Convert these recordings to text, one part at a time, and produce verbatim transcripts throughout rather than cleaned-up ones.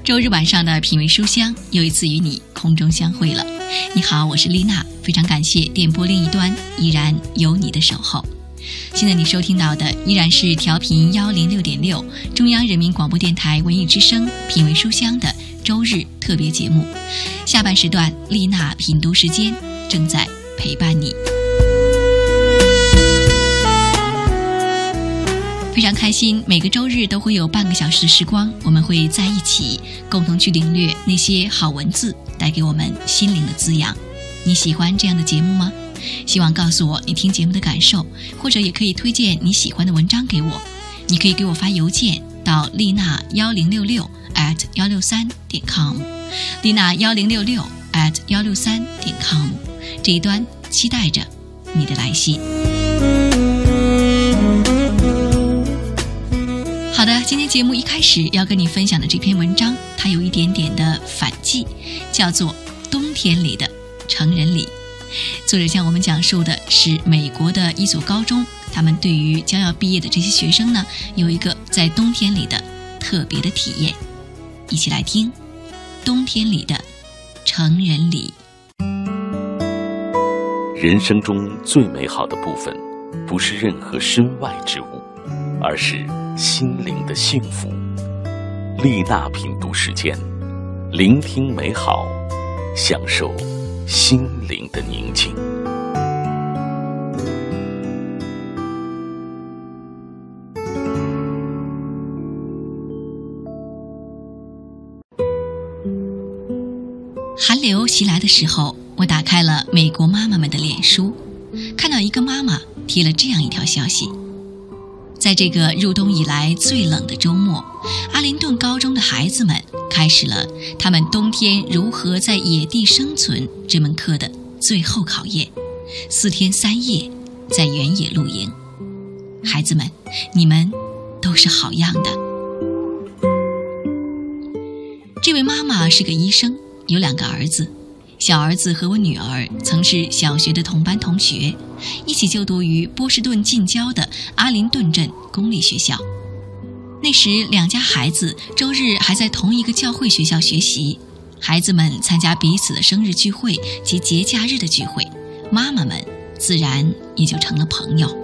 周日晚上的品味书香又一次与你空中相会了。你好，我是丽娜，非常感谢电波另一端依然有你的守候。现在你收听到的依然是调频一零六点六中央人民广播电台文艺之声品味书香的周日特别节目。下半时段丽娜品读时间正在陪伴你。非常开心，每个周日都会有半个小时的时光，我们会在一起共同去领略那些好文字带给我们心灵的滋养。你喜欢这样的节目吗？希望告诉我你听节目的感受，或者也可以推荐你喜欢的文章给我。你可以给我发邮件到丽娜一零六六 at 一六三点 com， 丽娜一零六六 at 一六三点 com， 这一端期待着你的来信。好的，今天节目一开始要跟你分享的这篇文章，它有一点点的反季，叫做《冬天里的成人礼》。作者向我们讲述的是美国的一所高中，他们对于将要毕业的这些学生呢，有一个在冬天里的特别的体验。一起来听《冬天里的成人礼》。 人生中最美好的部分，不是任何身外之物，而是心灵的幸福。丽娜品读时间，聆听美好，享受心灵的宁静。 寒流袭来的时候，我打开了美国妈妈们的脸书，看到一个妈妈贴了这样一条消息：在这个入冬以来最冷的周末，阿灵顿高中的孩子们开始了他们冬天如何在野地生存这门课的最后考验，四天三夜在原野露营。孩子们，你们都是好样的。这位妈妈是个医生，有两个儿子。小儿子和我女儿曾是小学的同班同学，一起就读于波士顿近郊的阿灵顿镇公立学校。那时两家孩子周日还在同一个教会学校学习，孩子们参加彼此的生日聚会及节假日的聚会，妈妈们自然也就成了朋友。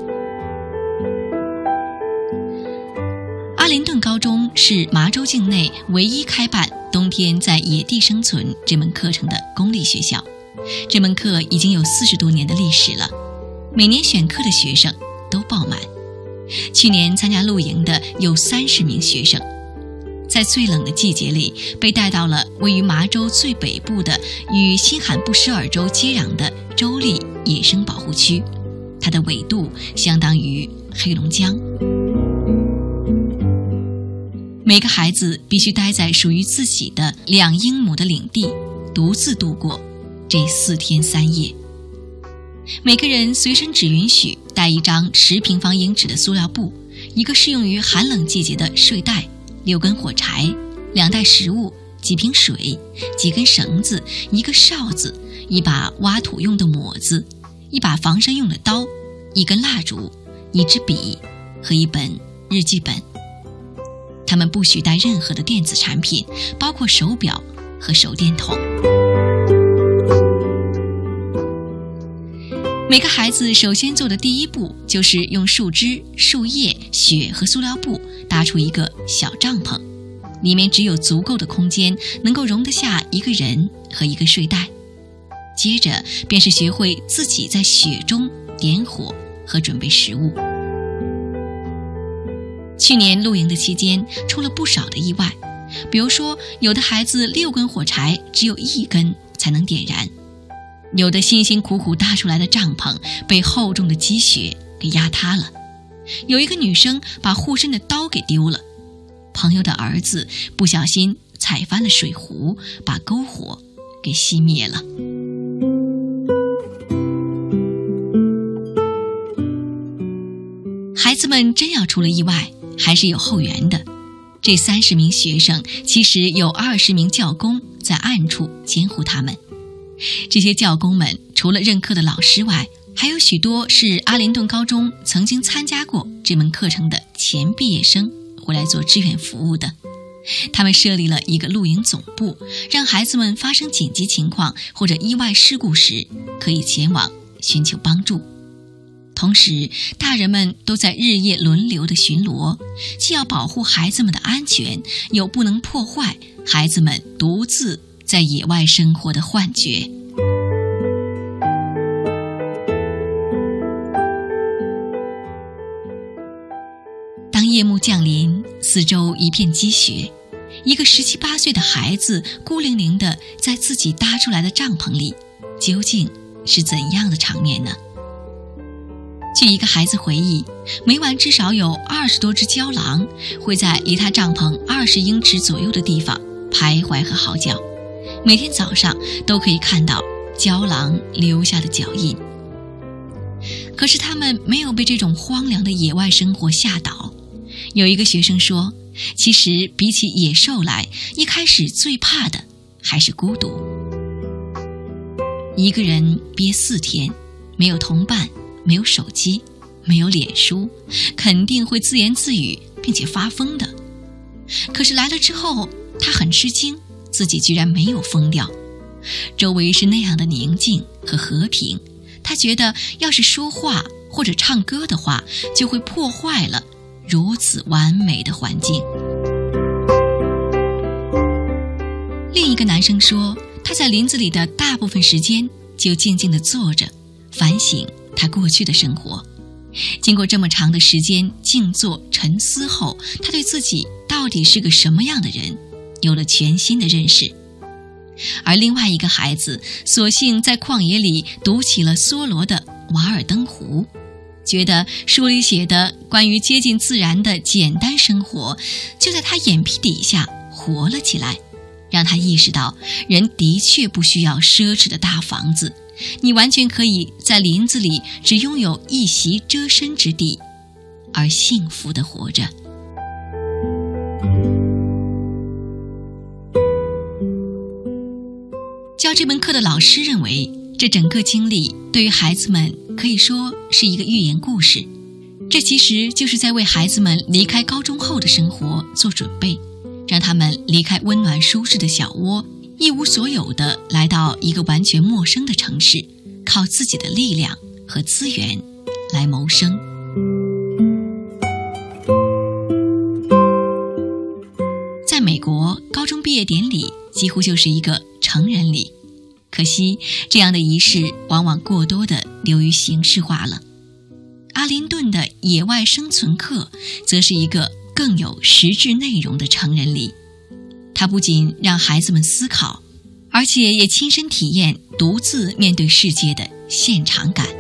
阿灵顿高中是麻州境内唯一开办冬天在野地生存这门课程的公立学校，这门课已经有四十多年的历史了，每年选课的学生都爆满。去年参加露营的有三十名学生，在最冷的季节里被带到了位于麻州最北部的与新罕布什尔州接壤的州立野生保护区，它的纬度相当于黑龙江。每个孩子必须待在属于自己的两英亩的领地，独自度过这四天三夜。每个人随身只允许带一张十平方英尺的塑料布，一个适用于寒冷季节的睡袋，六根火柴，两袋食物，几瓶水，几根绳子，一个哨子，一把挖土用的抹子，一把防身用的刀，一根蜡烛，一支笔和一本日记本。他们不许带任何的电子产品，包括手表和手电筒。每个孩子首先做的第一步就是用树枝、树叶、雪和塑料布搭出一个小帐篷，里面只有足够的空间能够容得下一个人和一个睡袋。接着便是学会自己在雪中点火和准备食物。去年露营的期间出了不少的意外，比如说有的孩子六根火柴只有一根才能点燃，有的辛辛苦苦搭出来的帐篷被厚重的积雪给压塌了，有一个女生把护身的刀给丢了，朋友的儿子不小心踩翻了水壶，把篝火给熄灭了。孩子们真要出了意外，还是有后援的。这三十名学生其实有二十名教工在暗处监护他们。这些教工们除了任课的老师外，还有许多是阿灵顿高中曾经参加过这门课程的前毕业生回来做志愿服务的。 他们设立了一个露营总部，让孩子们发生紧急情况或者意外事故时可以前往寻求帮助。同时，大人们都在日夜轮流的巡逻，既要保护孩子们的安全，又不能破坏孩子们独自在野外生活的幻觉。当夜幕降临，四周一片积雪，一个十七八岁的孩子孤零零地在自己搭出来的帐篷里，究竟是怎样的场面呢？据一个孩子回忆，每晚至少有二十多只郊狼会在离他帐篷二十英尺左右的地方徘徊和嚎叫，每天早上都可以看到郊狼留下的脚印。可是他们没有被这种荒凉的野外生活吓倒。有一个学生说，其实比起野兽来，一开始最怕的还是孤独。一个人憋四天，没有同伴，没有手机，没有脸书，肯定会自言自语并且发疯的。可是来了之后，他很吃惊，自己居然没有疯掉。周围是那样的宁静和和平，他觉得要是说话或者唱歌的话，就会破坏了如此完美的环境。另一个男生说，他在林子里的大部分时间就静静地坐着，反省他过去的生活。经过这么长的时间静坐沉思后，他对自己到底是个什么样的人有了全新的认识。而另外一个孩子索性在旷野里读起了梭罗的《瓦尔登湖》，觉得书里写的关于接近自然的简单生活就在他眼皮底下活了起来，让他意识到人的确不需要奢侈的大房子，你完全可以在林子里只拥有一席遮身之地，而幸福地活着。教这门课的老师认为，这整个经历对于孩子们可以说是一个寓言故事，这其实就是在为孩子们离开高中后的生活做准备，让他们离开温暖舒适的小窝，一无所有的来到一个完全陌生的城市，靠自己的力量和资源来谋生。在美国，高中毕业典礼几乎就是一个成人礼，可惜这样的仪式往往过多的流于形式化了。阿林顿的野外生存课则是一个更有实质内容的成人礼，它不仅让孩子们思考，而且也亲身体验独自面对世界的现场感。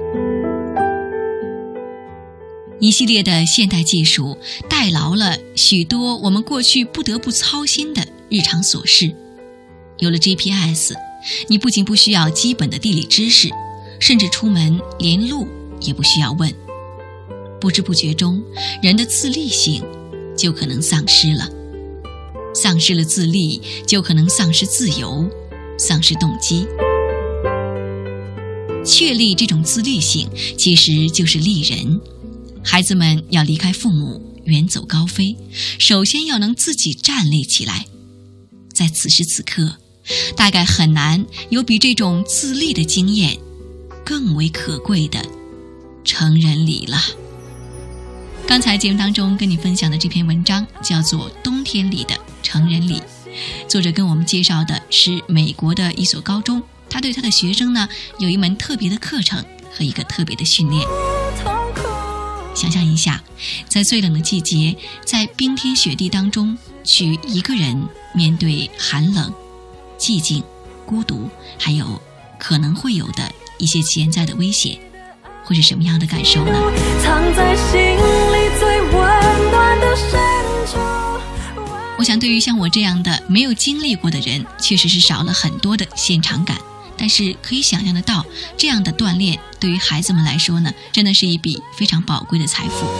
一系列的现代技术代劳了许多我们过去不得不操心的日常琐事。有了 G P S， 你不仅不需要基本的地理知识，甚至出门连路也不需要问。不知不觉中，人的自立性就可能丧失了。丧失了自立，就可能丧失自由，丧失动机。确立这种自律性，其实就是立人。孩子们要离开父母，远走高飞，首先要能自己站立起来。在此时此刻，大概很难有比这种自立的经验更为可贵的成人礼了。刚才节目当中跟你分享的这篇文章叫做《冬天里的成人礼》，作者跟我们介绍的是美国的一所高中，他对他的学生呢有一门特别的课程和一个特别的训练。想象一下，在最冷的季节，在冰天雪地当中，去一个人面对寒冷、寂静、孤独，还有可能会有的一些潜在的危险，会是什么样的感受呢？藏在心里最温暖的深处。我想对于像我这样的没有经历过的人，确实是少了很多的现场感，但是可以想象得到，这样的锻炼对于孩子们来说呢，真的是一笔非常宝贵的财富。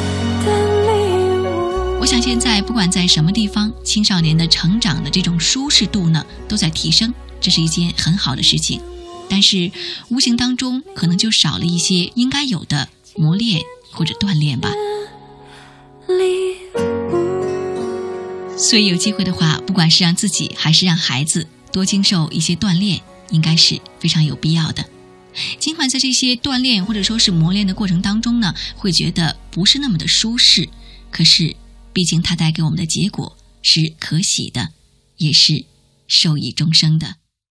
我想现在不管在什么地方，青少年的成长的这种舒适度呢都在提升，这是一件很好的事情，但是无形当中可能就少了一些应该有的磨练或者锻炼吧。 所以有机会的话，不管是让自己还是让孩子多经受一些锻炼，应该是非常有必要的。尽管在这些锻炼或者说是磨练的过程当中呢，会觉得不是那么的舒适，可是毕竟它带给我们的结果是可喜的，也是受益终生的。